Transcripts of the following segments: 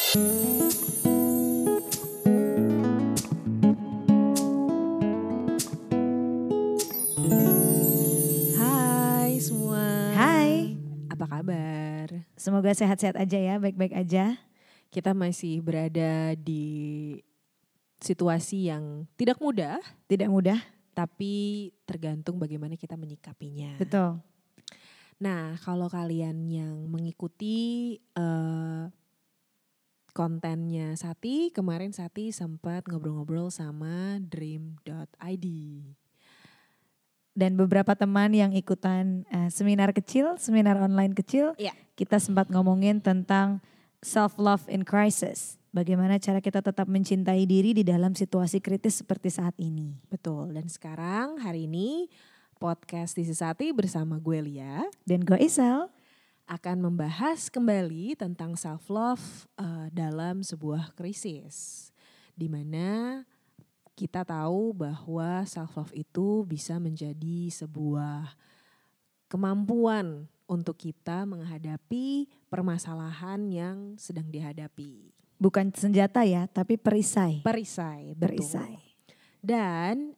Hai semua. Hai. Apa kabar? Semoga sehat-sehat aja ya, baik-baik aja. Kita masih berada di situasi yang tidak mudah, Tidak mudah, tapi tergantung bagaimana kita menyikapinya. betul. Nah, kalau kalian yang mengikuti kontennya Sati, kemarin Sati sempat ngobrol-ngobrol sama dream.id. Dan beberapa teman yang ikutan seminar kecil, seminar online kecil, Iya. kita sempat ngomongin tentang self-love in crisis. Bagaimana cara kita tetap mencintai diri di dalam situasi kritis seperti saat ini. Betul, dan sekarang hari ini podcast This is Sati bersama gue Lia Dan gue Isel. akan membahas kembali tentang self-love dalam sebuah krisis. Di mana kita tahu bahwa self-love itu bisa menjadi sebuah kemampuan untuk kita menghadapi permasalahan yang sedang dihadapi. Bukan senjata ya, tapi perisai. Perisai, betul. Perisai. Dan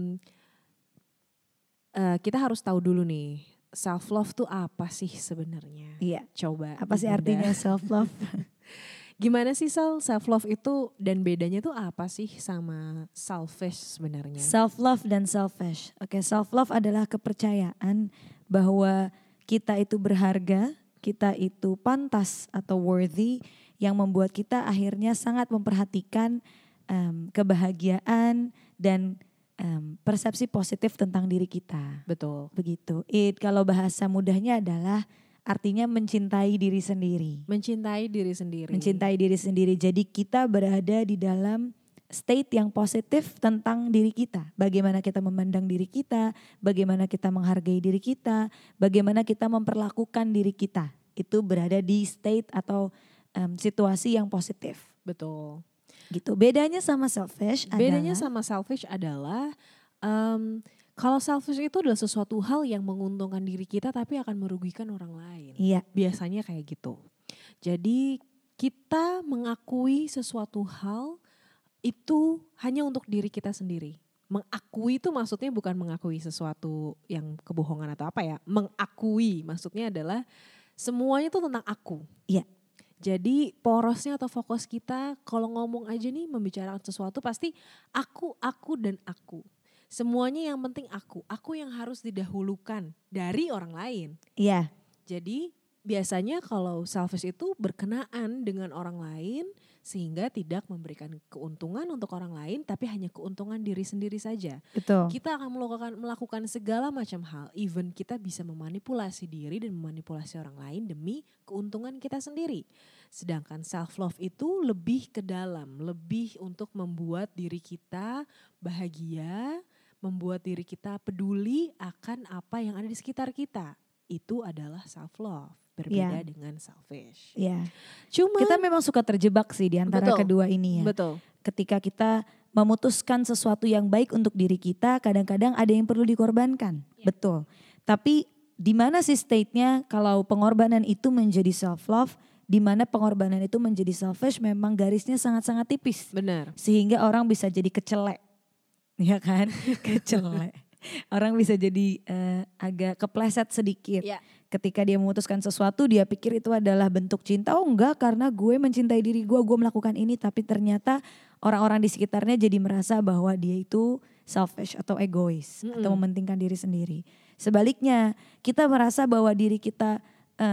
kita harus tahu dulu nih, self-love tuh apa sih sebenarnya? Iya. Coba. Apa sih Ibunda. artinya self-love? Gimana sih self-love itu dan bedanya tuh apa sih sama selfish sebenarnya? Self-love dan selfish. Oke, self-love adalah kepercayaan bahwa kita itu berharga, kita itu pantas atau worthy, yang membuat kita akhirnya sangat memperhatikan kebahagiaan dan persepsi positif tentang diri kita. Betul. Begitu. Kalau bahasa mudahnya adalah artinya mencintai diri sendiri. Mencintai diri sendiri. Mencintai diri sendiri. Jadi kita berada di dalam state yang positif tentang diri kita. Bagaimana kita memandang diri kita, bagaimana kita menghargai diri kita, bagaimana kita memperlakukan diri kita. Itu berada di state atau situasi yang positif. Betul. Gitu. Bedanya sama selfish Bedanya adalah sama selfish adalah kalau selfish itu adalah sesuatu hal yang menguntungkan diri kita tapi akan merugikan orang lain. iya, Biasanya kayak gitu. Jadi kita mengakui sesuatu hal itu hanya untuk diri kita sendiri. Mengakui itu maksudnya bukan mengakui sesuatu yang kebohongan atau apa ya. Mengakui maksudnya adalah semuanya itu tentang aku. Iya. Jadi porosnya atau fokus kita kalau ngomong aja nih membicarakan sesuatu pasti aku, dan aku. Semuanya yang penting aku. Aku yang harus didahulukan dari orang lain. iya. Jadi biasanya kalau selfish itu berkenaan dengan orang lain sehingga tidak memberikan keuntungan untuk orang lain tapi hanya keuntungan diri sendiri saja. Betul. Kita akan melakukan segala macam hal. Even kita bisa memanipulasi diri dan memanipulasi orang lain demi keuntungan kita sendiri. Sedangkan self-love itu lebih ke dalam, lebih untuk membuat diri kita bahagia, membuat diri kita peduli akan apa yang ada di sekitar kita. Itu adalah self-love, berbeda dengan selfish. Iya. Cuma Kita memang suka terjebak sih di antara Betul. kedua ini ya. betul, Ketika kita memutuskan sesuatu yang baik untuk diri kita, kadang-kadang ada yang perlu dikorbankan. Betul. Tapi di mana sih state-nya kalau pengorbanan itu menjadi self-love, di mana pengorbanan itu menjadi selfish, memang garisnya sangat-sangat tipis. benar. Sehingga orang bisa jadi kecelek. Ya kan? Kecelek. Orang bisa jadi agak kepleset sedikit. Ya. Ketika dia memutuskan sesuatu, dia pikir itu adalah bentuk cinta. Oh enggak, karena gue mencintai diri gue melakukan ini. Tapi ternyata orang-orang di sekitarnya jadi merasa bahwa dia itu selfish atau egois. Atau mementingkan diri sendiri. Sebaliknya, kita merasa bahwa diri kita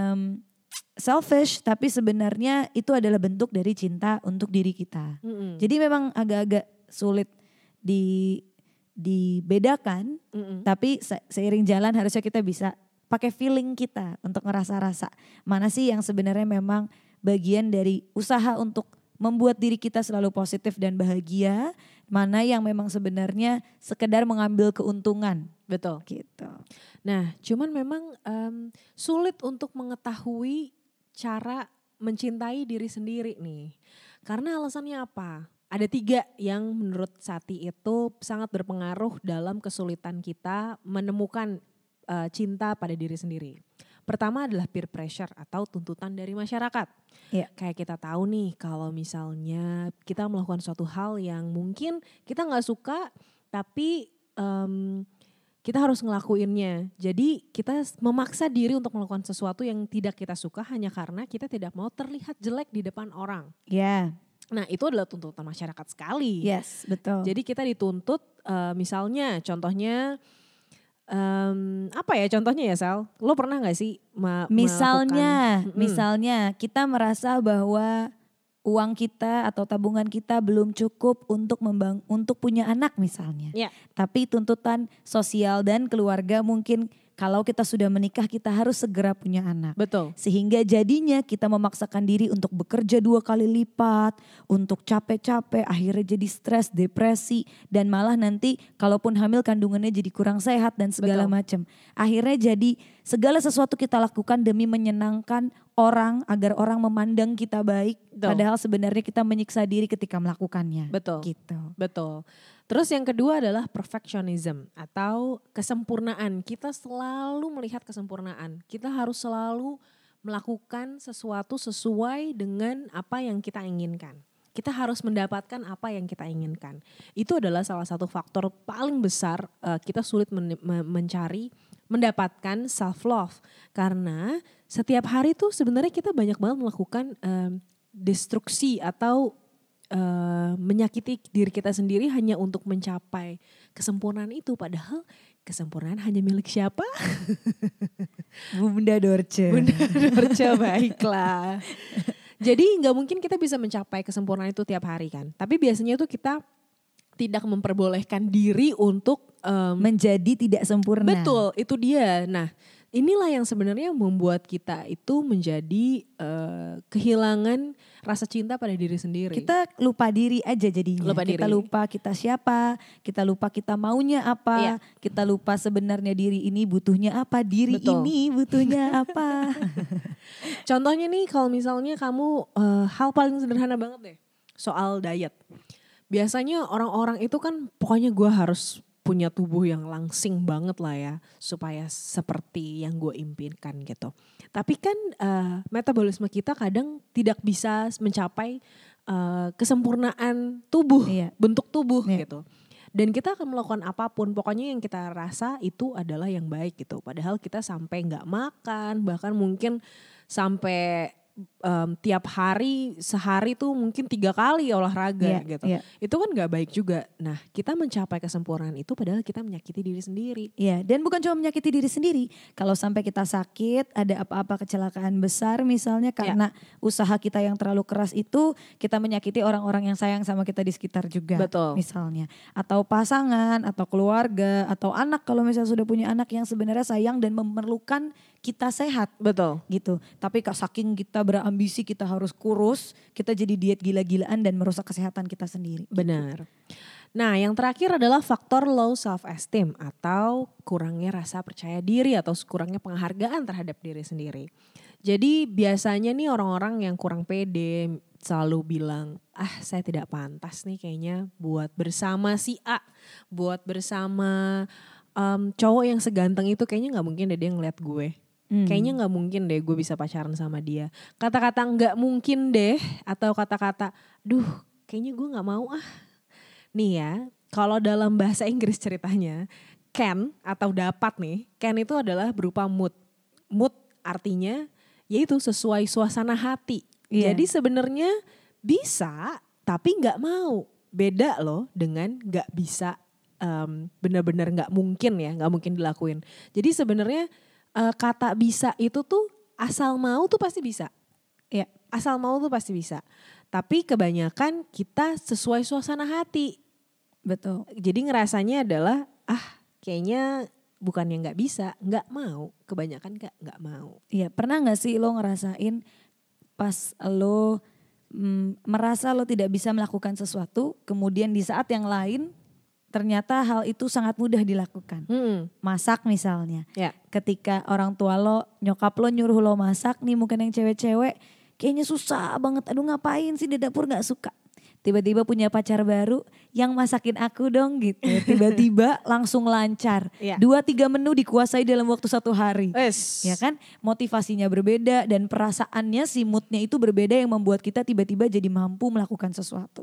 selfish, tapi sebenarnya itu adalah bentuk dari cinta untuk diri kita. Jadi memang agak-agak sulit dibedakan, tapi seiring jalan harusnya kita bisa pakai feeling kita untuk ngerasa-rasa mana sih yang sebenarnya memang bagian dari usaha untuk membuat diri kita selalu positif dan bahagia, mana yang memang sebenarnya sekedar mengambil keuntungan. Betul. Gitu. Nah, cuman memang sulit untuk mengetahui cara mencintai diri sendiri nih. Karena alasannya apa? Ada 3 yang menurut Sati itu sangat berpengaruh dalam kesulitan kita menemukan cinta pada diri sendiri. Pertama adalah peer pressure atau tuntutan dari masyarakat. Iya. Kayak kita tahu nih kalau misalnya kita melakukan suatu hal yang mungkin kita nggak suka tapi kita harus ngelakuinnya. Jadi kita memaksa diri untuk melakukan sesuatu yang tidak kita suka hanya karena kita tidak mau terlihat jelek di depan orang. Ya. Nah itu adalah tuntutan masyarakat sekali. Yes, betul. Jadi kita dituntut misalnya contohnya apa ya contohnya ya Sal? Lo pernah gak sih Misalnya kita merasa bahwa uang kita atau tabungan kita belum cukup untuk untuk punya anak misalnya. Yeah. Tapi tuntutan sosial dan keluarga mungkin kalau kita sudah menikah kita harus segera punya anak. Betul. Sehingga jadinya kita memaksakan diri untuk bekerja 2 kali lipat, untuk capek-capek, akhirnya jadi stres, depresi, dan malah nanti kalaupun hamil kandungannya jadi kurang sehat dan segala macam. Akhirnya jadi segala sesuatu kita lakukan demi menyenangkan orang agar orang memandang kita baik. Betul. Padahal sebenarnya kita menyiksa diri ketika melakukannya. Betul. Gitu. Betul. Terus yang kedua adalah perfectionism atau kesempurnaan. Kita selalu melihat kesempurnaan. Kita harus selalu melakukan sesuatu sesuai dengan apa yang kita inginkan. Kita harus mendapatkan apa yang kita inginkan. Itu adalah salah satu faktor paling besar kita sulit mendapatkan self love. Karena setiap hari tuh sebenarnya kita banyak banget melakukan destruksi atau menyakiti diri kita sendiri hanya untuk mencapai kesempurnaan itu. Padahal kesempurnaan hanya milik siapa? Bunda Dorce. Bunda Dorce, baiklah. Jadi gak mungkin kita bisa mencapai kesempurnaan itu tiap hari kan. Tapi biasanya itu kita tidak memperbolehkan diri untuk menjadi tidak sempurna. Betul, itu dia. Nah inilah yang sebenarnya membuat kita itu menjadi kehilangan rasa cinta pada diri sendiri. Kita lupa diri aja jadinya. Kita lupa kita siapa, kita lupa kita maunya apa, kita lupa sebenarnya diri ini butuhnya apa, diri ini butuhnya apa. Contohnya nih kalau misalnya kamu hal paling sederhana banget deh soal diet. Biasanya orang-orang itu kan pokoknya gue harus punya tubuh yang langsing banget lah ya supaya seperti yang gue impikan gitu. Tapi kan metabolisme kita kadang tidak bisa mencapai kesempurnaan tubuh, bentuk tubuh gitu. Dan kita akan melakukan apapun, pokoknya yang kita rasa itu adalah yang baik gitu. Padahal kita sampai gak makan, bahkan mungkin sampai tiap hari sehari tuh mungkin 3 kali olahraga gitu. Itu kan gak baik juga. Nah kita mencapai kesempurnaan itu padahal kita menyakiti diri sendiri. Iya, dan bukan cuma menyakiti diri sendiri. Kalau sampai kita sakit, ada apa-apa kecelakaan besar misalnya karena usaha kita yang terlalu keras itu, kita menyakiti orang-orang yang sayang sama kita di sekitar juga. Betul. Misalnya. Atau pasangan, atau keluarga, atau anak kalau misalnya sudah punya anak yang sebenarnya sayang dan memerlukan kita sehat. Betul. Gitu. Tapi saking kita berambisi kita harus kurus, kita jadi diet gila-gilaan dan merusak kesehatan kita sendiri. Benar. Nah yang terakhir adalah faktor low self esteem atau kurangnya rasa percaya diri atau kurangnya penghargaan terhadap diri sendiri. Jadi biasanya nih orang-orang yang kurang pede selalu bilang, saya tidak pantas nih kayaknya buat bersama si A, buat bersama cowok yang seganteng itu kayaknya gak mungkin deh dia ngeliat gue. Kayaknya gak mungkin deh gue bisa pacaran sama dia. Kata-kata gak mungkin deh atau kata-kata kayaknya gue gak mau Nih ya, kalau dalam bahasa Inggris ceritanya can atau dapat nih, can itu adalah berupa mood. Mood artinya yaitu sesuai suasana hati. Jadi sebenarnya bisa tapi gak mau. Beda loh dengan gak bisa benar-benar gak mungkin ya, gak mungkin dilakuin. Jadi sebenarnya kata bisa itu tuh asal mau tuh pasti bisa. Ya, asal mau tuh pasti bisa. Tapi kebanyakan kita sesuai suasana hati. Betul. Jadi ngerasanya adalah kayaknya bukan yang gak bisa, gak mau. Kebanyakan gak mau. Iya, pernah gak sih lo ngerasain pas lo merasa lo tidak bisa melakukan sesuatu, kemudian di saat yang lain ternyata hal itu sangat mudah dilakukan. Masak misalnya. Ketika orang tua lo, nyokap lo nyuruh lo masak nih, mungkin yang cewek-cewek kayaknya susah banget. Aduh ngapain sih di dapur, gak suka. tiba-tiba punya pacar baru yang masakin aku dong gitu. Tiba-tiba langsung lancar. Iya. 2-3 menu dikuasai dalam waktu 1 hari. Wes. Ya kan, motivasinya berbeda dan perasaannya si moodnya itu berbeda yang membuat kita tiba-tiba jadi mampu melakukan sesuatu.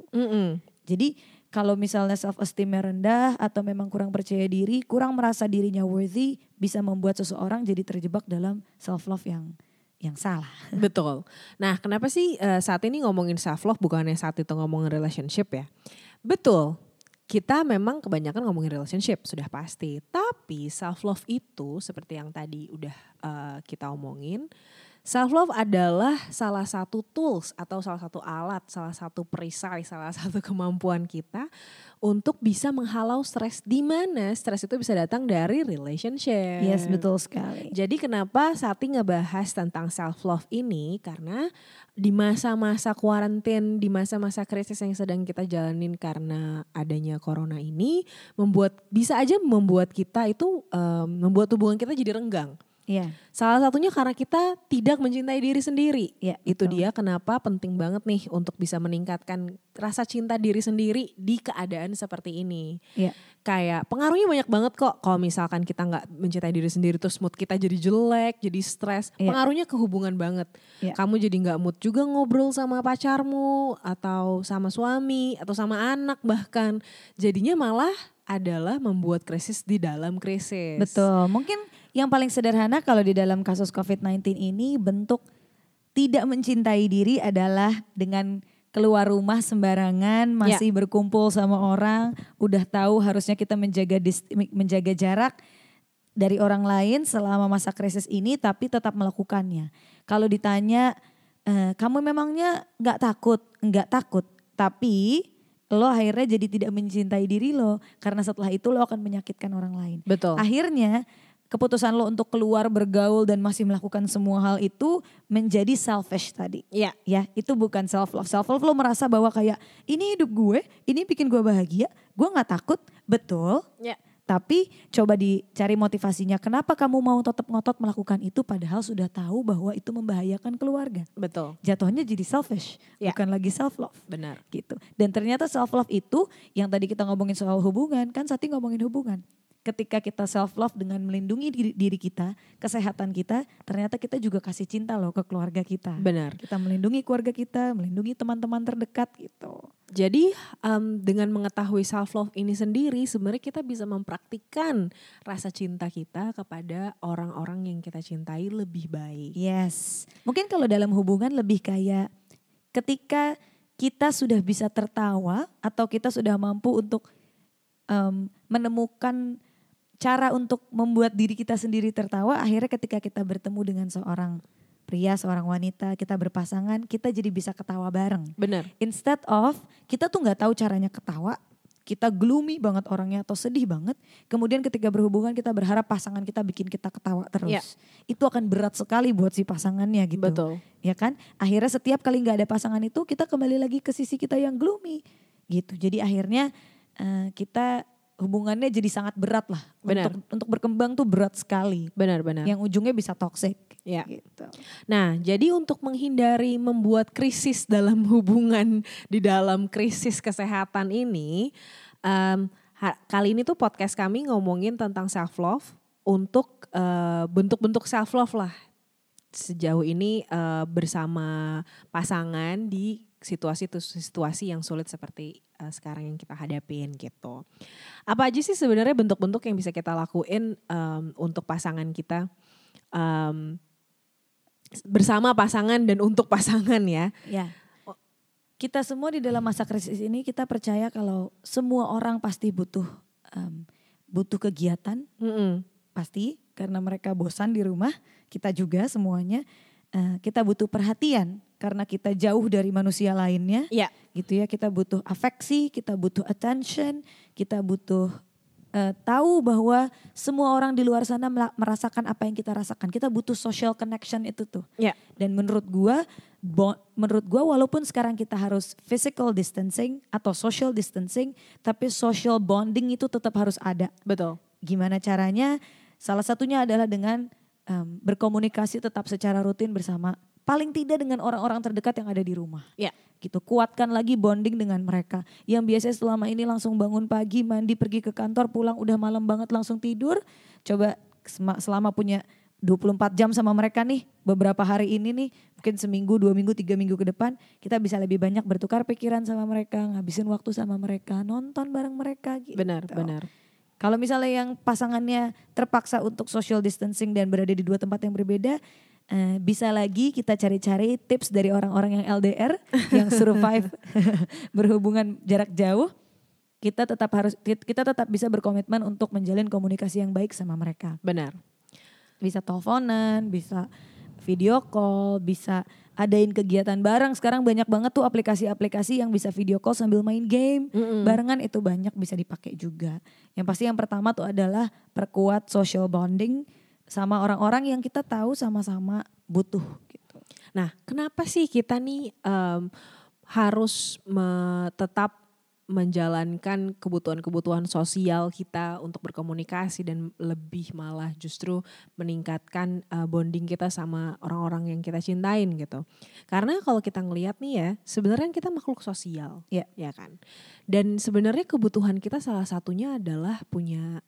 Jadi kalau misalnya self esteemnya rendah atau memang kurang percaya diri, kurang merasa dirinya worthy, bisa membuat seseorang jadi terjebak dalam self love yang salah. Betul. Nah, kenapa sih saat ini ngomongin self love bukannya saat itu ngomongin relationship ya? Betul. Kita memang kebanyakan ngomongin relationship sudah pasti. Tapi self love itu seperti yang tadi udah kita omongin, self love adalah salah satu tools atau salah satu alat, salah satu perisai, salah satu kemampuan kita untuk bisa menghalau stres, di mana stres itu bisa datang dari relationship. Yes, betul sekali. Jadi kenapa Sati ngebahas tentang self love ini, karena di masa-masa kuarantin, di masa-masa krisis yang sedang kita jalanin karena adanya corona ini, bisa aja membuat kita itu membuat hubungan kita jadi renggang. Iya. Salah satunya karena kita tidak mencintai diri sendiri. Ya, itu betul. dia kenapa penting banget nih untuk bisa meningkatkan rasa cinta diri sendiri di keadaan seperti ini. Ya. Kayak pengaruhnya banyak banget kok. Kalau misalkan kita nggak mencintai diri sendiri terus mood kita jadi jelek, jadi stres. Ya. Pengaruhnya ke hubungan banget. Ya. Kamu jadi nggak mood juga ngobrol sama pacarmu atau sama suami atau sama anak bahkan. Jadinya malah adalah membuat krisis di dalam krisis. Betul. Mungkin yang paling sederhana kalau di dalam kasus COVID-19 ini, bentuk tidak mencintai diri adalah dengan keluar rumah sembarangan, masih berkumpul sama orang, udah tahu harusnya kita menjaga jarak dari orang lain selama masa krisis ini, tapi tetap melakukannya. Kalau ditanya, kamu memangnya nggak takut? Nggak takut, tapi lo akhirnya jadi tidak mencintai diri lo, karena setelah itu lo akan menyakitkan orang lain. Betul. Akhirnya keputusan lo untuk keluar bergaul dan masih melakukan semua hal itu menjadi selfish tadi. Iya. Ya, itu bukan self love. Self love lo merasa bahwa kayak ini hidup gue, ini bikin gue bahagia, gue nggak takut, betul. Ya. Tapi coba dicari motivasinya. Kenapa kamu mau tetap ngotot melakukan itu padahal sudah tahu bahwa itu membahayakan keluarga? Betul. Jatuhnya jadi selfish, bukan lagi self love. Benar. Gitu. Dan ternyata self love itu yang tadi kita ngomongin soal hubungan, kan Sati ngomongin hubungan. Ketika kita self love dengan melindungi diri kita, kesehatan kita, ternyata kita juga kasih cinta loh ke keluarga kita. Benar. Kita melindungi keluarga kita, melindungi teman-teman terdekat gitu. Jadi dengan mengetahui self love ini sendiri, sebenarnya kita bisa mempraktikkan rasa cinta kita kepada orang-orang yang kita cintai lebih baik. Yes. Mungkin kalau dalam hubungan lebih kayak ketika kita sudah bisa tertawa atau kita sudah mampu untuk menemukan cara untuk membuat diri kita sendiri tertawa, akhirnya ketika kita bertemu dengan seorang pria, seorang wanita, kita berpasangan, kita jadi bisa ketawa bareng. Benar. Instead of kita tuh nggak tahu caranya ketawa, kita gloomy banget orangnya atau sedih banget. Kemudian ketika berhubungan kita berharap pasangan kita bikin kita ketawa terus. Ya. Itu akan berat sekali buat si pasangannya gitu. Betul. Ya kan? Akhirnya setiap kali nggak ada pasangan itu kita kembali lagi ke sisi kita yang gloomy gitu. Jadi akhirnya kita hubungannya jadi sangat berat lah. Benar. Untuk berkembang tuh berat sekali. Benar-benar. Yang ujungnya bisa toxic. Ya. Gitu. Nah, jadi untuk menghindari membuat krisis dalam hubungan di dalam krisis kesehatan ini, kali ini tuh podcast kami ngomongin tentang self love untuk bentuk-bentuk self love lah. Sejauh ini bersama pasangan di situasi yang sulit seperti sekarang yang kita hadapin gitu. Apa aja sih sebenarnya bentuk-bentuk yang bisa kita lakuin untuk pasangan kita, bersama pasangan dan untuk pasangan ya. Ya. Kita semua di dalam masa krisis ini kita percaya kalau semua orang pasti butuh kegiatan, pasti karena mereka bosan di rumah. Kita juga semuanya kita butuh perhatian karena kita jauh dari manusia lainnya. Iya. Gitu ya, kita butuh afeksi, kita butuh attention, kita butuh tahu bahwa semua orang di luar sana merasakan apa yang kita rasakan. Kita butuh social connection itu tuh. Iya. Dan menurut gua walaupun sekarang kita harus physical distancing atau social distancing, tapi social bonding itu tetap harus ada. Betul. Gimana caranya? Salah satunya adalah dengan berkomunikasi tetap secara rutin bersama paling tidak dengan orang-orang terdekat yang ada di rumah. Ya. Gitu, kuatkan lagi bonding dengan mereka. Yang biasanya selama ini langsung bangun pagi, mandi, pergi ke kantor, pulang udah malam banget langsung tidur. Coba selama punya 24 jam sama mereka nih, beberapa hari ini nih, mungkin seminggu, 2 minggu, 3 minggu ke depan, kita bisa lebih banyak bertukar pikiran sama mereka, ngabisin waktu sama mereka, nonton bareng mereka gitu. Benar. Kalau misalnya yang pasangannya terpaksa untuk social distancing dan berada di 2 tempat yang berbeda, bisa lagi kita cari-cari tips dari orang-orang yang LDR, yang survive berhubungan jarak jauh. Kita tetap bisa berkomitmen untuk menjalin komunikasi yang baik sama mereka. Benar. Bisa teleponan, bisa video call, bisa adain kegiatan bareng. Sekarang banyak banget tuh aplikasi-aplikasi yang bisa video call sambil main game. Barengan itu banyak bisa dipakai juga. Yang pasti yang pertama tuh adalah perkuat social bonding sama orang-orang yang kita tahu sama-sama butuh gitu. Nah, kenapa sih kita nih harus tetap menjalankan kebutuhan-kebutuhan sosial kita untuk berkomunikasi dan lebih malah justru meningkatkan bonding kita sama orang-orang yang kita cintain gitu. Karena kalau kita ngelihat nih ya, sebenarnya kita makhluk sosial, ya kan. Dan sebenarnya kebutuhan kita salah satunya adalah punya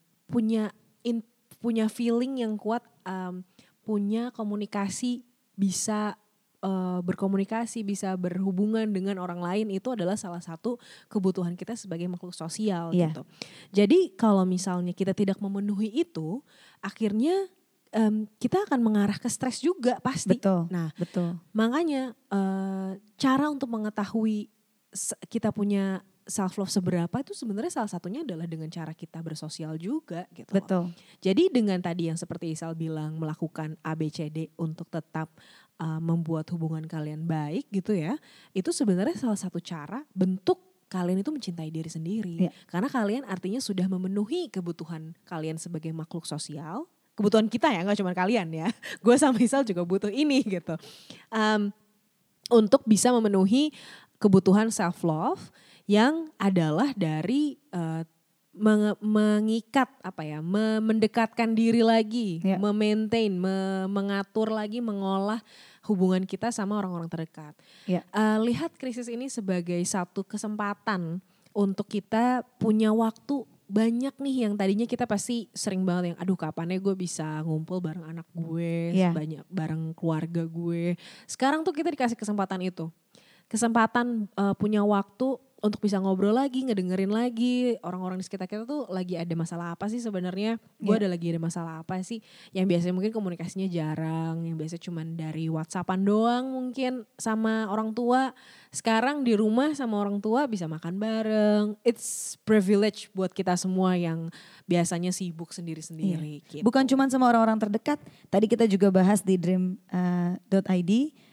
feeling yang kuat, punya komunikasi, bisa berkomunikasi, bisa berhubungan dengan orang lain, itu adalah salah satu kebutuhan kita sebagai makhluk sosial gitu. Jadi kalau misalnya kita tidak memenuhi itu, akhirnya kita akan mengarah ke stres juga pasti. Betul. Nah, makanya cara untuk mengetahui kita punya self love seberapa itu sebenarnya salah satunya adalah dengan cara kita bersosial juga gitu. Betul. Jadi dengan tadi yang seperti Isal bilang, melakukan ABCD untuk tetap membuat hubungan kalian baik gitu ya, itu sebenarnya salah satu cara bentuk kalian itu mencintai diri sendiri. Karena kalian artinya sudah memenuhi kebutuhan kalian sebagai makhluk sosial. Kebutuhan kita ya, gak cuma kalian ya. Gue sama Isal juga butuh ini gitu. Untuk bisa memenuhi kebutuhan self love yang adalah dari mengikat mendekatkan diri lagi, memaintain, mengatur lagi, mengolah hubungan kita sama orang-orang terdekat. Lihat krisis ini sebagai satu kesempatan untuk kita punya waktu banyak nih, yang tadinya kita pasti sering banget yang aduh kapannya gue bisa ngumpul bareng anak gue, banyak bareng keluarga gue. Sekarang tuh kita dikasih kesempatan itu. Kesempatan punya waktu untuk bisa ngobrol lagi, ngedengerin lagi orang-orang di sekitar kita tuh lagi ada masalah apa sih sebenarnya. Gue ada masalah apa sih. Yang biasanya mungkin komunikasinya jarang, yang biasanya cuma dari WhatsAppan doang mungkin sama orang tua. Sekarang di rumah sama orang tua bisa makan bareng. It's privilege buat kita semua yang biasanya sibuk sendiri-sendiri. Gitu. Bukan cuma sama orang-orang terdekat. Tadi kita juga bahas di dream.id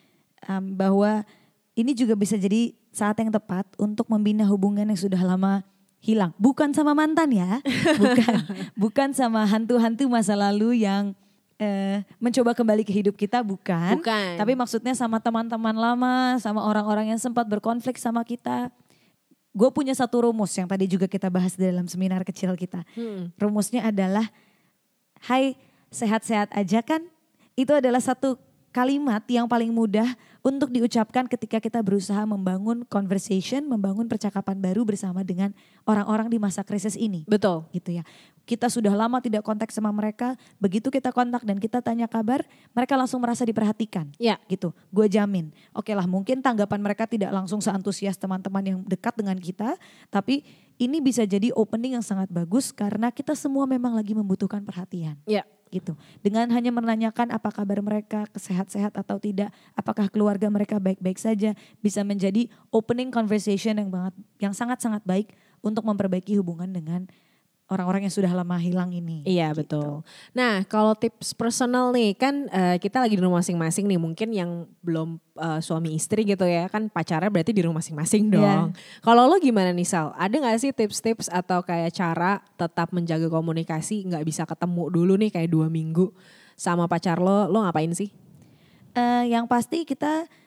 bahwa ini juga bisa jadi saat yang tepat untuk membina hubungan yang sudah lama hilang. Bukan sama mantan ya, bukan sama hantu-hantu masa lalu yang mencoba kembali ke hidup kita, bukan. Tapi maksudnya sama teman-teman lama, sama orang-orang yang sempat berkonflik sama kita. Gue punya satu rumus yang tadi juga kita bahas di dalam seminar kecil kita. Rumusnya adalah, hai sehat-sehat aja kan? Itu adalah satu kalimat yang paling mudah untuk diucapkan ketika kita berusaha membangun conversation, membangun percakapan baru bersama dengan orang-orang di masa krisis ini. Betul. Gitu ya. Kita sudah lama tidak kontak sama mereka, begitu kita kontak dan kita tanya kabar, mereka langsung merasa diperhatikan. Gitu. Gue jamin. Oke lah, mungkin tanggapan mereka tidak langsung seantusias teman-teman yang dekat dengan kita, tapi ini bisa jadi opening yang sangat bagus karena kita semua memang lagi membutuhkan perhatian. Gitu. Dengan hanya menanyakan apa kabar mereka, sehat-sehat atau tidak, apakah keluarga mereka baik-baik saja, bisa menjadi opening conversation yang sangat-sangat baik untuk memperbaiki hubungan dengan orang-orang yang sudah lama hilang ini. Iya gitu. Betul. Nah kalau tips personal nih kan kita lagi di rumah masing-masing nih, mungkin yang belum suami istri gitu ya kan pacarnya berarti di rumah masing-masing dong. Kalau lo gimana nih Sal? Ada gak sih tips-tips atau kayak cara tetap menjaga komunikasi, gak bisa ketemu dulu nih kayak 2 minggu sama pacar lo ngapain sih? Yang pasti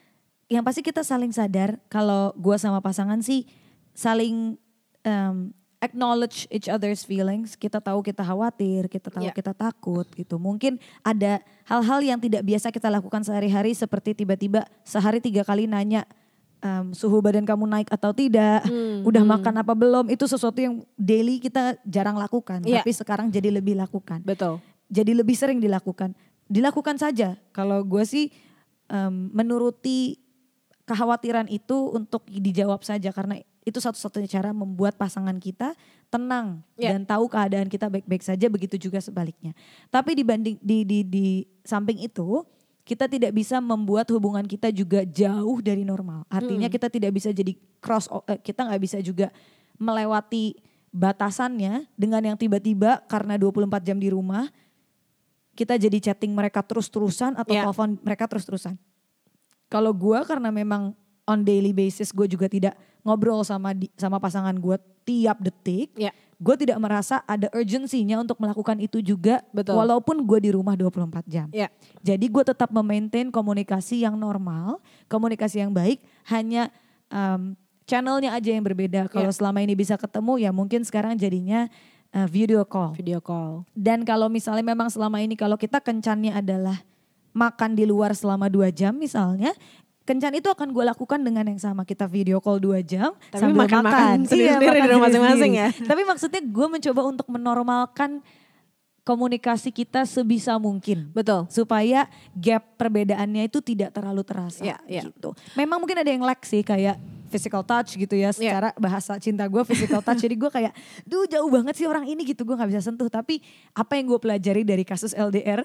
kita saling sadar kalau gue sama pasangan sih saling acknowledge each other's feelings. Kita tahu kita khawatir, kita tahu kita takut gitu. Mungkin ada hal-hal yang tidak biasa kita lakukan sehari-hari seperti tiba-tiba sehari 3 kali nanya suhu badan kamu naik atau tidak, udah makan apa belum. Itu sesuatu yang daily kita jarang lakukan, tapi sekarang jadi lebih lakukan. Betul. Jadi lebih sering dilakukan. Dilakukan saja. Kalau gue sih menuruti kekhawatiran itu untuk dijawab saja karena itu satu-satunya cara membuat pasangan kita tenang dan tahu keadaan kita baik-baik saja, begitu juga sebaliknya. Tapi di samping itu kita tidak bisa membuat hubungan kita juga jauh dari normal. Artinya kita tidak bisa jadi kita nggak bisa juga melewati batasannya dengan yang tiba-tiba karena 24 jam di rumah kita jadi chatting mereka terus-terusan atau telepon mereka terus-terusan. Kalau gue karena memang on daily basis gue juga tidak ngobrol sama pasangan gue tiap detik. Gue tidak merasa ada urgensinya untuk melakukan itu juga. Betul. Walaupun gue di rumah 24 jam. Jadi gue tetap memaintain komunikasi yang normal, komunikasi yang baik. Hanya channelnya aja yang berbeda. Kalau selama ini bisa ketemu ya mungkin sekarang jadinya video call. Dan kalau misalnya memang selama ini kalau kita kencannya adalah makan di luar selama 2 jam misalnya, kencan itu akan gue lakukan dengan yang sama. Kita video call 2 jam tapi sambil makan. Sendiri-sendiri di rumah masing-masing ya. Tapi maksudnya gue mencoba untuk menormalkan komunikasi kita sebisa mungkin. Betul. Supaya gap perbedaannya itu tidak terlalu terasa gitu. Memang mungkin ada yang lag sih kayak physical touch gitu ya. Secara bahasa cinta gue physical touch. Jadi gue kayak jauh banget sih orang ini gitu. Gue gak bisa sentuh. Tapi apa yang gue pelajari dari kasus LDR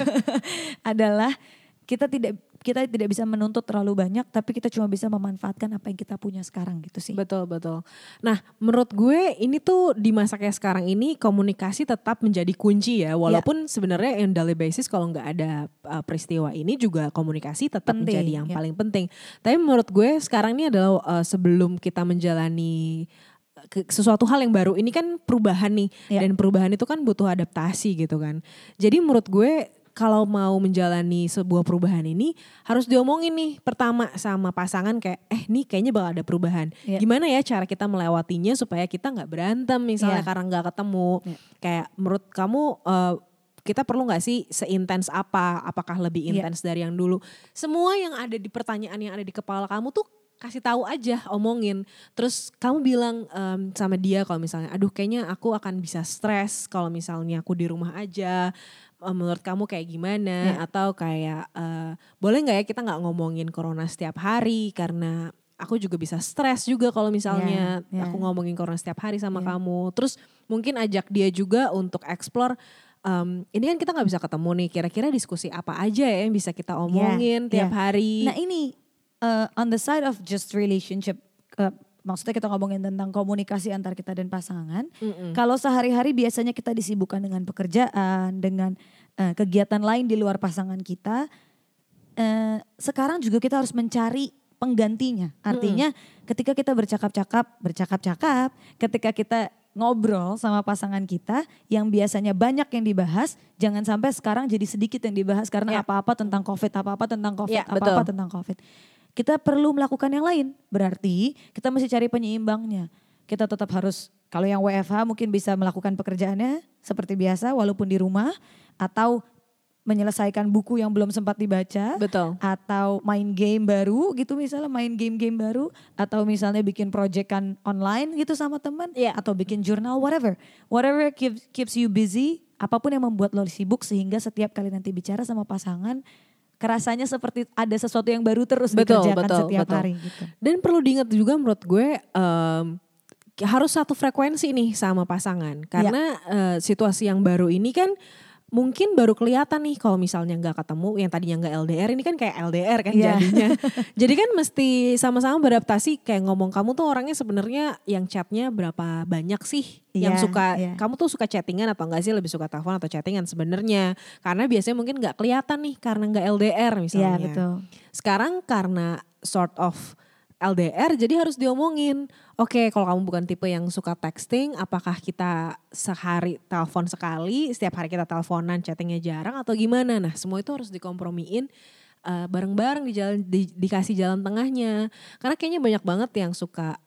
adalah kita tidak bisa menuntut terlalu banyak, tapi kita cuma bisa memanfaatkan apa yang kita punya sekarang gitu sih. Betul. Nah menurut gue ini tuh di masa kayak sekarang ini komunikasi tetap menjadi kunci ya. Walaupun sebenarnya on daily basis kalau nggak ada peristiwa ini juga komunikasi tetap menjadi yang paling penting. Tapi menurut gue sekarang ini adalah sebelum kita menjalani sesuatu hal yang baru, ini kan perubahan nih. Dan perubahan itu kan butuh adaptasi gitu kan. Jadi menurut gue kalau mau menjalani sebuah perubahan ini harus diomongin nih pertama sama pasangan kayak nih kayaknya bakal ada perubahan. Gimana ya cara kita melewatinya supaya kita gak berantem misalnya karena gak ketemu. Kayak menurut kamu kita perlu gak sih seintens apa? Apakah lebih intens dari yang dulu? Semua yang ada di pertanyaan yang ada di kepala kamu tuh kasih tahu aja, omongin. Terus kamu bilang sama dia kalau misalnya aduh kayaknya aku akan bisa stres kalau misalnya aku di rumah aja. Menurut kamu kayak gimana? Atau kayak boleh gak ya kita gak ngomongin corona setiap hari karena aku juga bisa stres juga kalau misalnya aku ngomongin corona setiap hari sama kamu. Terus mungkin ajak dia juga untuk explore ini kan kita gak bisa ketemu nih, kira-kira diskusi apa aja ya yang bisa kita omongin tiap hari. Nah ini on the side of just relationship, maksudnya kita ngomongin tentang komunikasi antar kita dan pasangan. Kalau sehari-hari biasanya kita disibukkan dengan pekerjaan, dengan kegiatan lain di luar pasangan kita. Sekarang juga kita harus mencari penggantinya. Artinya ketika kita bercakap-cakap, ketika kita ngobrol sama pasangan kita yang biasanya banyak yang dibahas, jangan sampai sekarang jadi sedikit yang dibahas karena apa-apa tentang COVID, apa-apa tentang COVID, apa-apa tentang COVID. Kita perlu melakukan yang lain, berarti kita mesti cari penyeimbangnya. Kita tetap harus, kalau yang WFH mungkin bisa melakukan pekerjaannya seperti biasa walaupun di rumah. Atau menyelesaikan buku yang belum sempat dibaca. Betul. Atau main game baru gitu misalnya, main game-game baru. Atau misalnya bikin proyekan online gitu sama teman. Atau bikin jurnal, whatever. Whatever keeps you busy, apapun yang membuat lo sibuk sehingga setiap kali nanti bicara sama pasangan kerasanya seperti ada sesuatu yang baru terus dikerjakan setiap hari gitu. Dan perlu diingat juga menurut gue harus satu frekuensi nih sama pasangan. Karena situasi yang baru ini kan mungkin baru kelihatan nih kalau misalnya gak ketemu, yang tadinya gak LDR, ini kan kayak LDR kan jadinya. Jadi kan mesti sama-sama beradaptasi, kayak ngomong kamu tuh orangnya sebenarnya yang chatnya berapa banyak sih yang suka, kamu tuh suka chattingan atau enggak sih, lebih suka telepon atau chattingan sebenarnya. Karena biasanya mungkin gak kelihatan nih karena gak LDR misalnya. Betul. Sekarang karena sort of LDR jadi harus diomongin. Oke, kalau kamu bukan tipe yang suka texting, apakah kita sehari telepon sekali, setiap hari kita teleponan, chattingnya jarang atau gimana? Nah, semua itu harus dikompromiin bareng-bareng dikasih jalan tengahnya. Karena kayaknya banyak banget yang suka, aduh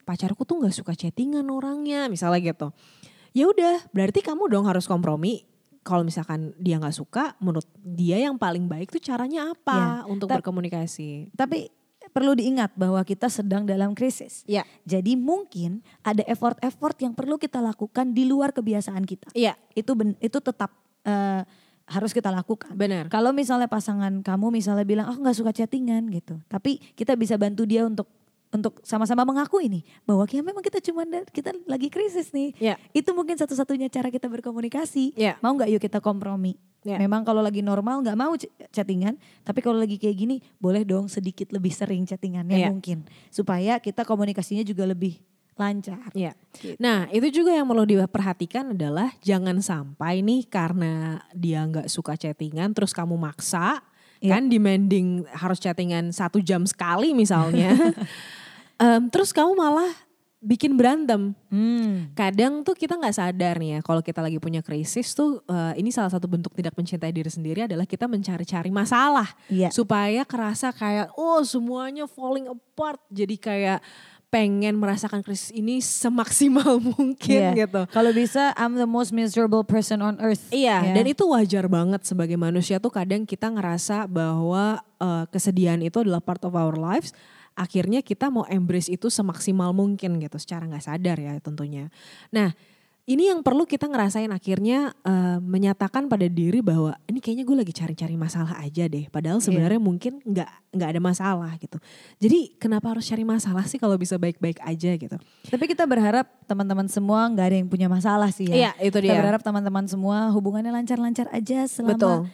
pacarku tuh nggak suka chattingan orangnya, misalnya gitu. Ya udah, berarti kamu dong harus kompromi. Kalau misalkan dia nggak suka, menurut dia yang paling baik tuh caranya apa untuk berkomunikasi. Tapi perlu diingat bahwa kita sedang dalam krisis. Iya. Jadi mungkin ada effort-effort yang perlu kita lakukan di luar kebiasaan kita. Iya. Itu tetap harus kita lakukan. Benar. Kalau misalnya pasangan kamu misalnya bilang, aku gak suka chattingan gitu. Tapi kita bisa bantu dia untuk sama-sama mengakui nih bahwa ya memang kita lagi krisis nih. Yeah. Itu mungkin satu-satunya cara kita berkomunikasi. Yeah. Mau gak yuk kita kompromi? Yeah. Memang kalau lagi normal gak mau chattingan, tapi kalau lagi kayak gini boleh dong sedikit lebih sering chattingannya mungkin. Supaya kita komunikasinya juga lebih lancar. Ya. Nah itu juga yang perlu diperhatikan adalah jangan sampai nih karena dia nggak suka chattingan terus kamu maksa kan demanding harus chattingan 1 jam sekali misalnya. Terus kamu malah bikin berantem. Kadang tuh kita nggak sadar nih ya kalau kita lagi punya krisis tuh ini salah satu bentuk tidak mencintai diri sendiri adalah kita mencari-cari masalah supaya kerasa kayak semuanya falling apart jadi kayak pengen merasakan krisis ini semaksimal mungkin gitu. Kalau bisa I'm the most miserable person on earth. Iya, dan itu wajar banget sebagai manusia tuh kadang kita ngerasa bahwa kesedihan itu adalah part of our lives. Akhirnya kita mau embrace itu semaksimal mungkin gitu secara gak sadar ya tentunya. Nah ini yang perlu kita ngerasain akhirnya menyatakan pada diri bahwa ini kayaknya gue lagi cari-cari masalah aja deh. Padahal sebenarnya mungkin nggak ada masalah gitu. Jadi kenapa harus cari masalah sih kalau bisa baik-baik aja gitu. Tapi kita berharap teman-teman semua nggak ada yang punya masalah sih ya. Iya itu dia. Kita berharap teman-teman semua hubungannya lancar-lancar aja selama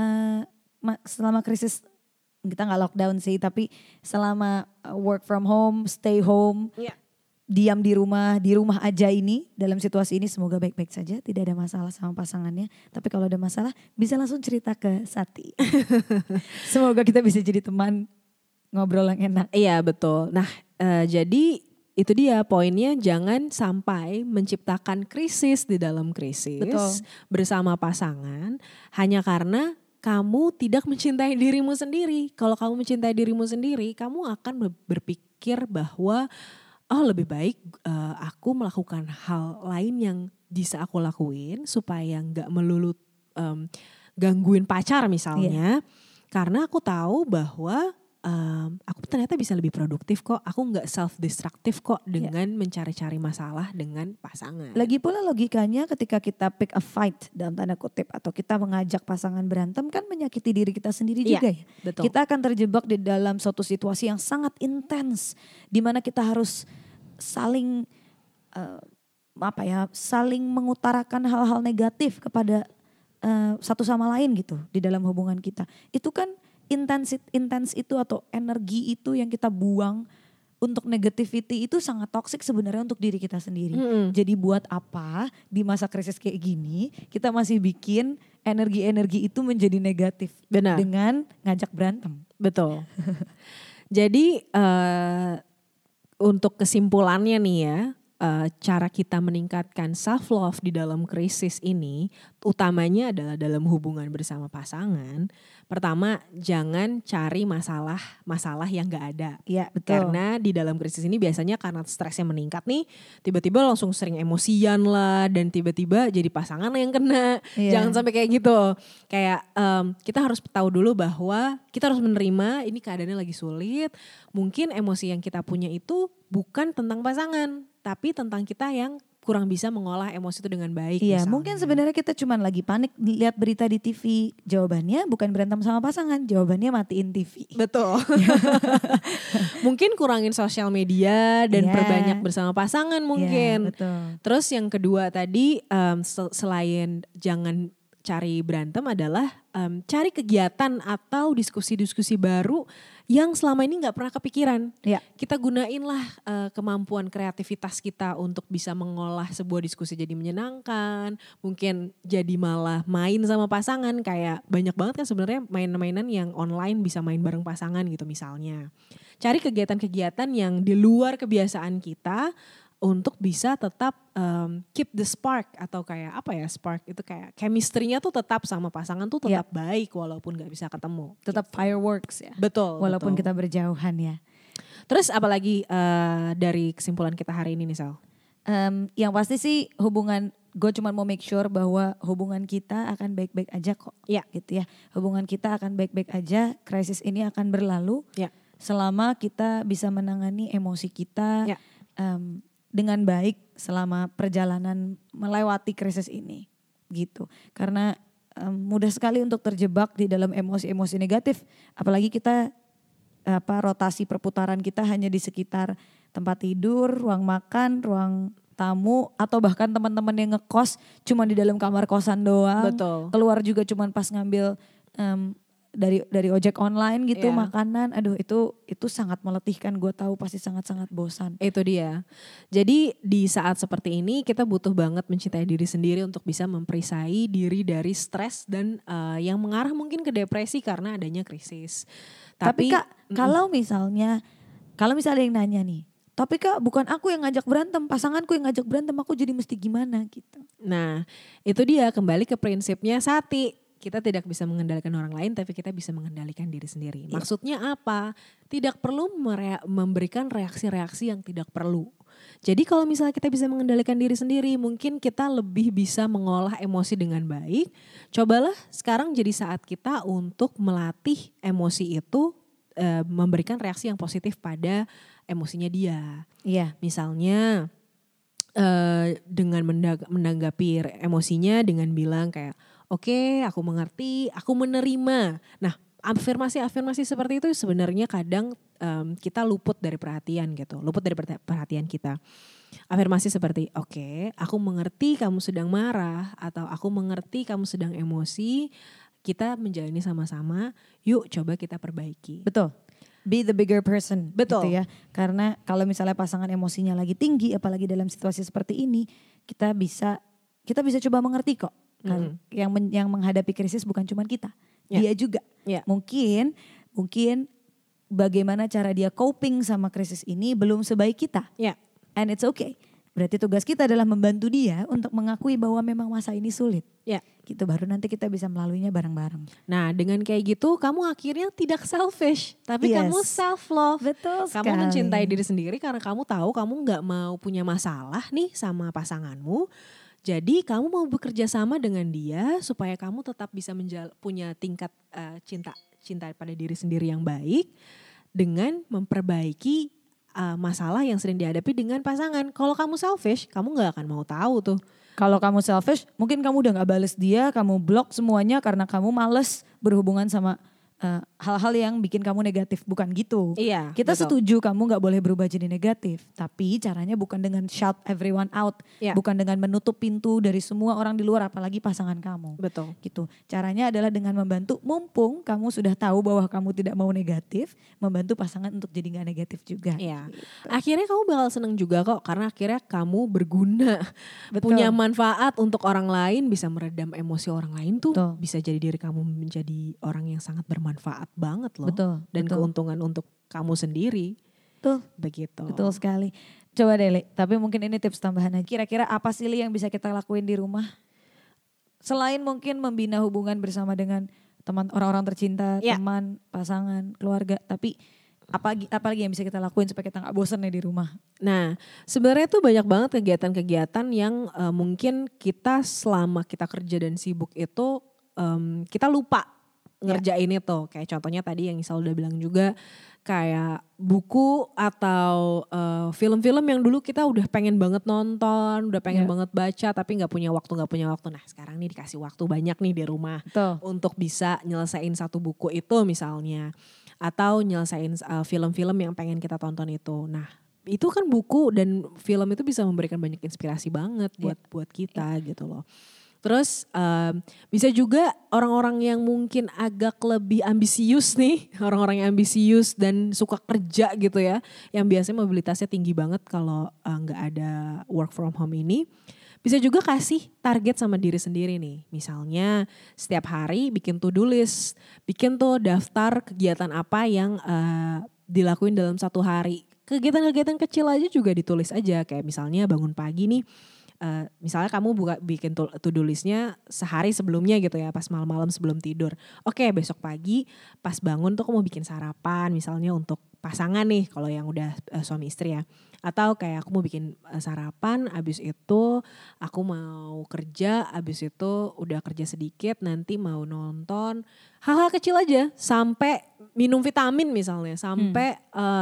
selama krisis. Kita nggak lockdown sih tapi selama work from home, stay home. Diam di rumah aja ini dalam situasi ini semoga baik-baik saja, tidak ada masalah sama pasangannya. Tapi kalau ada masalah bisa langsung cerita ke Sati. Semoga kita bisa jadi teman ngobrol yang enak. Iya betul. Nah jadi itu dia poinnya, jangan sampai menciptakan krisis di dalam krisis bersama pasangan hanya karena kamu tidak mencintai dirimu sendiri. Kalau kamu mencintai dirimu sendiri, kamu akan berpikir bahwa lebih baik aku melakukan hal lain yang bisa aku lakuin supaya nggak melulu gangguin pacar misalnya. Karena aku tahu bahwa aku ternyata bisa lebih produktif kok. Aku nggak self-destructive kok dengan mencari-cari masalah dengan pasangan. Lagi pula logikanya ketika kita pick a fight dalam tanda kutip atau kita mengajak pasangan berantem kan menyakiti diri kita sendiri juga ya. Betul. Kita akan terjebak di dalam suatu situasi yang sangat intens di mana kita harus saling saling mengutarakan hal-hal negatif kepada satu sama lain gitu di dalam hubungan kita. Itu kan intens itu atau energi itu yang kita buang untuk negativity itu sangat toksik sebenarnya untuk diri kita sendiri. Jadi buat apa di masa krisis kayak gini kita masih bikin energi-energi itu menjadi negatif. Benar. Dengan ngajak berantem. Betul. Jadi untuk kesimpulannya nih ya, cara kita meningkatkan self love di dalam krisis ini utamanya adalah dalam hubungan bersama pasangan. Pertama, jangan cari masalah yang gak ada. Iya, betul. Karena di dalam krisis ini biasanya karena stresnya meningkat nih, tiba-tiba langsung sering emosian lah dan tiba-tiba jadi pasangan yang kena. Jangan sampai kayak gitu. Kayak kita harus tahu dulu bahwa kita harus menerima ini keadaannya lagi sulit. Mungkin emosi yang kita punya itu bukan tentang pasangan, tapi tentang kita yang kurang bisa mengolah emosi itu dengan baik. Iya, mungkin sebenarnya kita cuma lagi panik lihat berita di TV. Jawabannya bukan berantem sama pasangan, jawabannya matiin TV. Betul. Mungkin kurangin sosial media dan perbanyak bersama pasangan mungkin. Betul. Terus yang kedua tadi selain jangan cari berantem adalah cari kegiatan atau diskusi-diskusi baru yang selama ini nggak pernah kepikiran. Kita gunainlah kemampuan kreativitas kita untuk bisa mengolah sebuah diskusi jadi menyenangkan. Mungkin jadi malah main sama pasangan, kayak banyak banget kan sebenarnya mainan-mainan yang online bisa main bareng pasangan gitu misalnya. Cari kegiatan-kegiatan yang di luar kebiasaan kita untuk bisa tetap keep the spark, atau kayak apa ya, spark itu kayak chemistry-nya tuh tetap sama pasangan tuh tetap baik walaupun gak bisa ketemu. Tetap fireworks ya. Betul. Walaupun betul. kita berjauhan ya. Terus apalagi dari kesimpulan kita hari ini nih Sal? Yang pasti sih gue cuma mau make sure bahwa hubungan kita akan baik-baik aja kok. Ya. Gitu ya. Hubungan kita akan baik-baik aja, krisis ini akan berlalu. Ya. Selama kita bisa menangani emosi kita Ya. Dengan baik selama perjalanan melewati krisis ini. Gitu. Karena mudah sekali untuk terjebak di dalam emosi-emosi negatif. Apalagi kita rotasi perputaran kita hanya di sekitar tempat tidur, ruang makan, ruang tamu, atau bahkan teman-teman yang ngekos cuma di dalam kamar kosan doang. Betul. Keluar juga cuma pas ngambil dari ojek online gitu, makanan. Aduh itu sangat meletihkan, gue tahu pasti sangat-sangat bosan. Itu dia. Jadi di saat seperti ini kita butuh banget mencintai diri sendiri untuk bisa memperisai diri dari stres dan yang mengarah mungkin ke depresi karena adanya krisis. Tapi Kak, kalau misalnya yang nanya nih, tapi Kak bukan aku yang ngajak berantem, pasanganku yang ngajak berantem, aku jadi mesti gimana gitu. Nah itu dia, kembali ke prinsipnya Sati. Kita tidak bisa mengendalikan orang lain tapi kita bisa mengendalikan diri sendiri. Maksudnya apa? Tidak perlu memberikan reaksi-reaksi yang tidak perlu. Jadi kalau misalnya kita bisa mengendalikan diri sendiri, mungkin kita lebih bisa mengolah emosi dengan baik. Cobalah sekarang jadi saat kita untuk melatih emosi itu, memberikan reaksi yang positif pada emosinya dia. Iya. Misalnya dengan menanggapi emosinya dengan bilang kayak, oke, aku mengerti, aku menerima. Nah, afirmasi seperti itu sebenarnya kadang kita luput dari perhatian gitu, luput dari perhatian kita. Afirmasi seperti, oke, aku mengerti kamu sedang marah, atau aku mengerti kamu sedang emosi, kita menjalani sama-sama, yuk coba kita perbaiki. Betul. Be the bigger person. Betul. Gitu ya. Karena kalau misalnya pasangan emosinya lagi tinggi, apalagi dalam situasi seperti ini, kita bisa coba mengerti kok. Yang menghadapi krisis bukan cuma kita, dia juga. Mungkin bagaimana cara dia coping sama krisis ini belum sebaik kita. And it's okay. Berarti tugas kita adalah membantu dia untuk mengakui bahwa memang masa ini sulit. Gitu, baru nanti kita bisa melaluinya bareng-bareng. Nah dengan kayak gitu kamu akhirnya tidak selfish, tapi kamu self love. Betul sekali. Kamu mencintai diri sendiri karena kamu tahu kamu gak mau punya masalah nih sama pasanganmu. Jadi kamu mau bekerja sama dengan dia supaya kamu tetap bisa punya tingkat cinta pada diri sendiri yang baik dengan memperbaiki masalah yang sering dihadapi dengan pasangan. Kalau kamu selfish, kamu gak akan mau tahu tuh. Kalau kamu selfish, mungkin kamu udah gak bales dia, kamu block semuanya karena kamu males berhubungan sama hal-hal yang bikin kamu negatif. Bukan gitu. Iya, kita betul. Setuju kamu gak boleh berubah jadi negatif. Tapi caranya bukan dengan shout everyone out. Bukan dengan menutup pintu dari semua orang di luar, apalagi pasangan kamu. Betul. Gitu. Caranya adalah dengan membantu, mumpung kamu sudah tahu bahwa kamu tidak mau negatif, membantu pasangan untuk jadi gak negatif juga. Iya. Gitu. Akhirnya kamu bakal seneng juga kok, karena akhirnya kamu berguna. Betul. Punya manfaat untuk orang lain, bisa meredam emosi orang lain tuh. Betul. Bisa jadi diri kamu menjadi orang yang sangat bermanfaat banget loh. Betul. Dan keuntungan untuk kamu sendiri. Betul. Begitu. Betul sekali. Coba deh, Le, tapi mungkin ini tips tambahan aja. Kira-kira apa sih yang bisa kita lakuin di rumah? Selain mungkin membina hubungan bersama dengan teman, orang-orang tercinta, teman, pasangan, keluarga. Tapi apa lagi yang bisa kita lakuin supaya kita gak bosan nih di rumah? Nah sebenarnya tuh banyak banget kegiatan-kegiatan yang mungkin kita selama kita kerja dan sibuk itu kita lupa ngerjain itu. Kayak contohnya tadi yang Isal udah bilang juga, kayak buku atau film-film yang dulu kita udah pengen banget nonton, udah pengen banget baca tapi gak punya waktu. Nah sekarang nih dikasih waktu banyak nih di rumah. Betul. Untuk bisa nyelesain satu buku itu misalnya. Atau nyelesain film-film yang pengen kita tonton itu. Nah itu kan buku dan film itu bisa memberikan banyak inspirasi banget buat kita gitu loh. Terus bisa juga orang-orang yang mungkin agak lebih ambisius nih, orang-orang yang ambisius dan suka kerja gitu ya, yang biasanya mobilitasnya tinggi banget kalau nggak ada work from home ini, bisa juga kasih target sama diri sendiri nih. Misalnya setiap hari bikin to-do list, bikin tuh daftar kegiatan apa yang dilakuin dalam satu hari. Kegiatan-kegiatan kecil aja juga ditulis aja, kayak misalnya bangun pagi nih. Misalnya kamu bikin to-do listnya sehari sebelumnya gitu ya, pas malam-malam sebelum tidur. Oke, besok pagi pas bangun tuh kamu bikin sarapan misalnya untuk pasangan nih kalau yang udah suami istri ya. Atau kayak aku mau bikin sarapan, abis itu aku mau kerja, abis itu udah kerja sedikit, nanti mau nonton. Hal-hal kecil aja sampai minum vitamin misalnya, sampai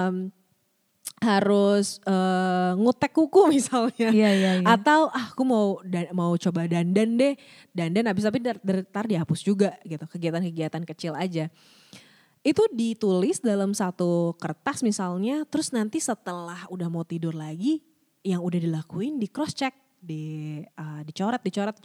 harus ngutek kuku misalnya. Iya. Atau aku mau coba dandan deh. Dandan habis tapi ntar dihapus juga gitu. Kegiatan-kegiatan kecil aja. Itu ditulis dalam satu kertas misalnya, terus nanti setelah udah mau tidur lagi, yang udah dilakuin di cross check, dicoret.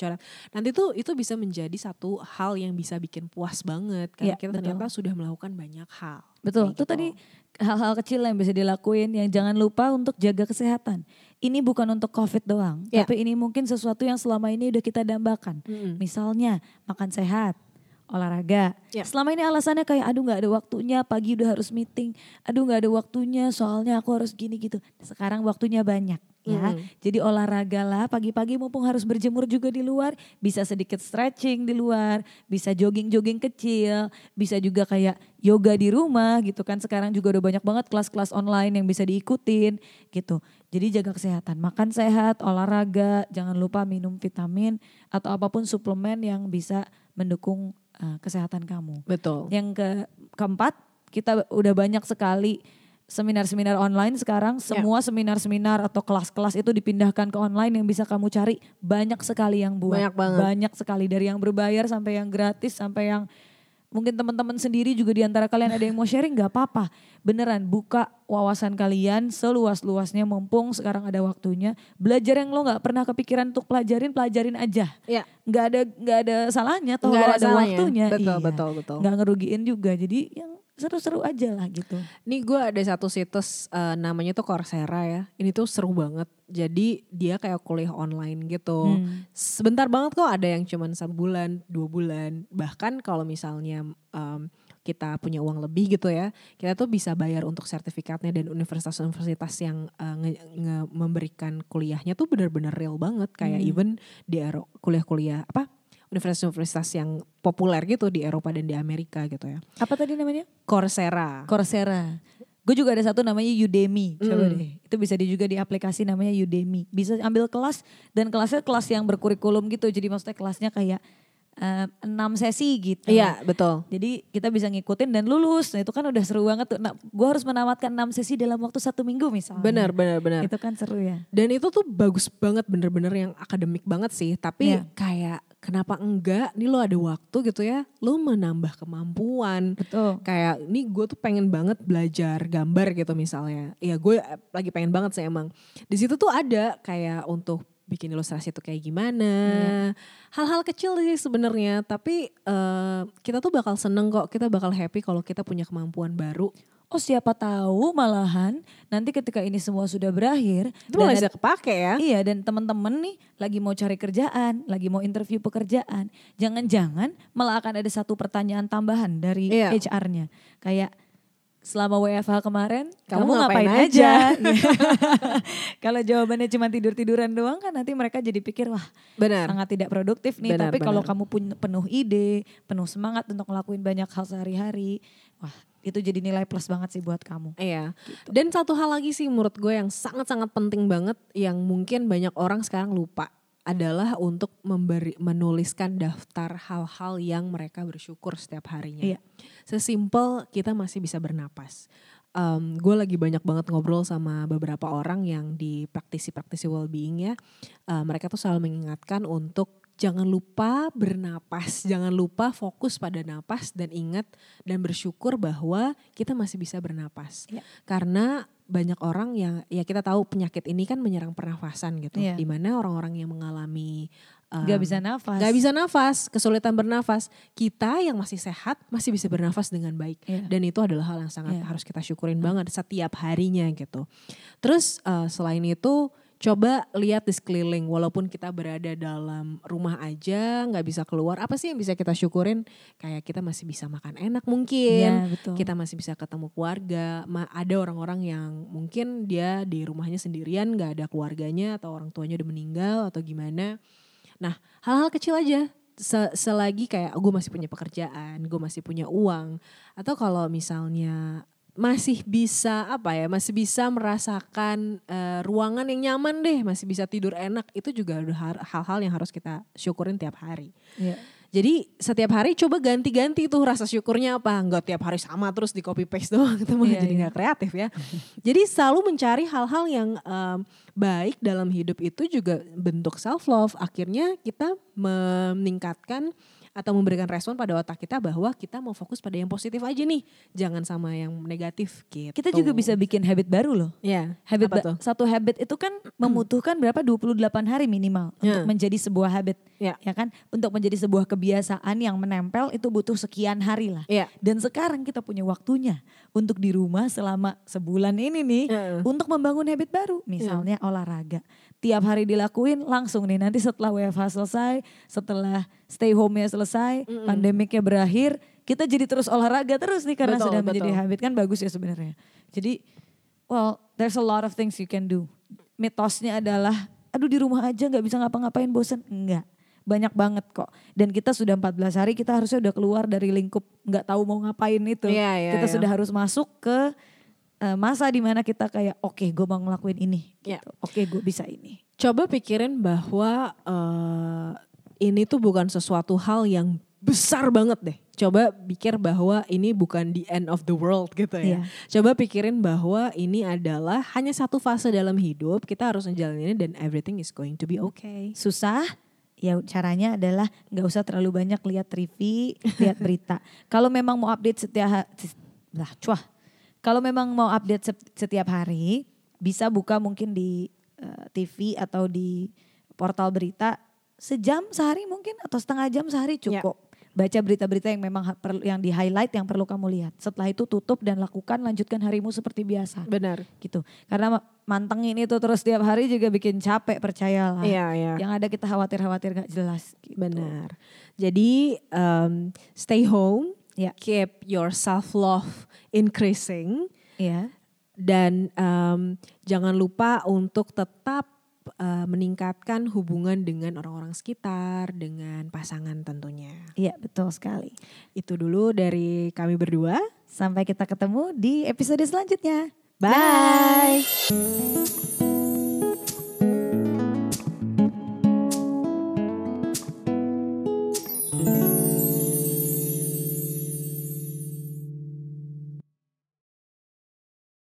Nanti tuh itu bisa menjadi satu hal yang bisa bikin puas banget karena kita ternyata sudah melakukan banyak hal. Betul, itu tadi hal-hal kecil yang bisa dilakuin, yang jangan lupa untuk jaga kesehatan. Ini bukan untuk COVID doang, tapi ini mungkin sesuatu yang selama ini udah kita dambakan. Misalnya makan sehat, olahraga. Selama ini alasannya kayak aduh gak ada waktunya, pagi udah harus meeting, aduh gak ada waktunya soalnya aku harus gini gitu. Sekarang waktunya banyak ya. Jadi olahraga lah pagi-pagi mumpung harus berjemur juga di luar, bisa sedikit stretching di luar, bisa jogging-jogging kecil, bisa juga kayak yoga di rumah gitu kan. Sekarang juga udah banyak banget kelas-kelas online yang bisa diikutin gitu. Jadi jaga kesehatan, makan sehat, olahraga, jangan lupa minum vitamin atau apapun suplemen yang bisa mendukung kesehatan kamu. Betul. Yang keempat, kita udah banyak sekali seminar-seminar online sekarang. Semua seminar-seminar atau kelas-kelas itu dipindahkan ke online yang bisa kamu cari. Banyak sekali yang buat. Banyak banget. Banyak sekali dari yang berbayar sampai yang gratis, sampai yang mungkin teman-teman sendiri juga di antara kalian ada yang mau sharing, gak apa-apa. Beneran buka wawasan kalian seluas-luasnya mumpung sekarang ada waktunya. Belajar yang lo gak pernah kepikiran untuk pelajarin aja. Iya. Gak ada salahnya toh Nggak lo ada salahnya. waktunya. Betul. Gak ngerugiin juga, jadi yang seru-seru aja lah gitu. Nih gue ada satu situs namanya tuh Coursera ya. Ini tuh seru banget. Jadi dia kayak kuliah online gitu. Sebentar banget kok, ada yang cuman 1 bulan, 2 bulan. Bahkan kalau misalnya kita punya uang lebih gitu ya, kita tuh bisa bayar untuk sertifikatnya, dan universitas-universitas yang memberikan kuliahnya tuh benar-benar real banget. Kayak even di kuliah-kuliah universitas-universitas yang populer gitu di Eropa dan di Amerika gitu ya. Apa tadi namanya? Coursera. Gue juga ada satu namanya Udemy, coba deh. Itu bisa juga di aplikasi namanya Udemy. Bisa ambil kelas, dan kelasnya kelas yang berkurikulum gitu. Jadi maksudnya kelasnya kayak 6 sesi gitu. Iya betul. Jadi kita bisa ngikutin dan lulus. Nah itu kan udah seru banget tuh. Nah, gue harus menamatkan 6 sesi dalam waktu 1 minggu misalnya. Benar. Itu kan seru ya. Dan itu tuh bagus banget, bener-bener yang akademik banget sih. Tapi kayak kenapa enggak, nih lo ada waktu gitu ya, lo menambah kemampuan. Betul. Kayak nih gue tuh pengen banget belajar gambar gitu misalnya. Ya gue lagi pengen banget sih emang. Di situ tuh ada kayak untuk bikin ilustrasi itu kayak gimana. Hal-hal kecil sih sebenarnya, tapi kita tuh bakal seneng kok, kita bakal happy kalau kita punya kemampuan baru. Oh siapa tahu malahan nanti ketika ini semua sudah berakhir. Itu malah bisa kepake ya. Iya, dan teman-teman nih lagi mau cari kerjaan, lagi mau interview pekerjaan. Jangan-jangan malah akan ada satu pertanyaan tambahan dari HR-nya. Kayak selama WFH kemarin kamu ngapain aja? Kalau jawabannya cuma tidur-tiduran doang kan nanti mereka jadi pikir wah sangat tidak produktif nih. Tapi kalau kamu punya penuh ide, penuh semangat untuk ngelakuin banyak hal sehari-hari, wah itu jadi nilai plus banget sih buat kamu. Iya. Gitu. Dan satu hal lagi sih menurut gue yang sangat-sangat penting banget yang mungkin banyak orang sekarang lupa adalah untuk menuliskan daftar hal-hal yang mereka bersyukur setiap harinya. Iya. Sesimpel kita masih bisa bernapas. Gue lagi banyak banget ngobrol sama beberapa orang yang di praktisi well-being ya. Mereka tuh selalu mengingatkan untuk jangan lupa bernapas, jangan lupa fokus pada napas dan ingat dan bersyukur bahwa kita masih bisa bernapas. Iya. Karena banyak orang yang ya kita tahu penyakit ini kan menyerang pernafasan gitu. Iya. Dimana orang-orang yang mengalami Gak bisa nafas, kesulitan bernafas. Kita yang masih sehat masih bisa bernafas dengan baik. Dan itu adalah hal yang sangat harus kita syukurin banget setiap harinya gitu. Terus selain itu coba lihat di sekeliling, walaupun kita berada dalam rumah aja gak bisa keluar, apa sih yang bisa kita syukurin? Kayak kita masih bisa makan enak mungkin, kita masih bisa ketemu keluarga. Ada orang-orang yang mungkin dia di rumahnya sendirian gak ada keluarganya atau orang tuanya udah meninggal atau gimana. Nah hal-hal kecil aja, selagi kayak gue masih punya pekerjaan, gue masih punya uang. Atau kalau misalnya masih bisa masih bisa merasakan ruangan yang nyaman deh, masih bisa tidur enak, itu juga hal-hal yang harus kita syukurin tiap hari. Iya. Jadi setiap hari coba ganti-ganti tuh rasa syukurnya apa. Enggak tiap hari sama terus di copy paste doang. Itu malah jadi gak kreatif ya. Jadi selalu mencari hal-hal yang baik dalam hidup itu juga bentuk self love. Akhirnya kita meningkatkan atau memberikan respon pada otak kita bahwa kita mau fokus pada yang positif aja nih. Jangan sama yang negatif gitu. Kita juga bisa bikin habit baru loh. Iya. Satu habit itu kan membutuhkan berapa 28 hari minimal untuk menjadi sebuah habit. Ya kan? Untuk menjadi sebuah kebiasaan yang menempel itu butuh sekian hari lah. Ya. Dan sekarang kita punya waktunya untuk di rumah selama sebulan ini nih untuk membangun habit baru. Misalnya olahraga. Tiap hari dilakuin langsung nih nanti setelah WFH selesai, setelah stay home-nya selesai, pandemiknya berakhir, kita jadi terus olahraga terus nih karena sudah menjadi habit, kan bagus ya sebenarnya. Jadi there's a lot of things you can do. Mitosnya adalah aduh di rumah aja gak bisa ngapa-ngapain, bosen. Enggak, banyak banget kok. Dan kita sudah 14 hari kita harusnya udah keluar dari lingkup gak tahu mau ngapain itu. Kita sudah harus masuk ke masa dimana kita kayak oke, gue mau ngelakuin ini gitu. Oke, gue bisa ini. Coba pikirin bahwa ini tuh bukan sesuatu hal yang besar banget deh. Coba pikir bahwa ini bukan the end of the world gitu ya. Coba pikirin bahwa ini adalah hanya satu fase dalam hidup. Kita harus menjalani dan everything is going to be okay. Susah? Ya caranya adalah gak usah terlalu banyak lihat TV, lihat berita. Kalau memang mau update Kalau memang mau update setiap hari, bisa buka mungkin di TV atau di portal berita sejam sehari mungkin atau setengah jam sehari cukup. Baca berita-berita yang memang yang di highlight yang perlu kamu lihat. Setelah itu tutup dan lanjutkan harimu seperti biasa. Benar. Gitu. Karena mantengin itu terus tiap hari juga bikin capek, percayalah. Yang ada kita khawatir gak jelas. Gitu. Benar. Jadi stay home. Keep your self-love increasing. Dan jangan lupa untuk tetap meningkatkan hubungan dengan orang-orang sekitar, dengan pasangan tentunya. Iya, betul sekali. Itu dulu dari kami berdua. Sampai kita ketemu di episode selanjutnya. Bye.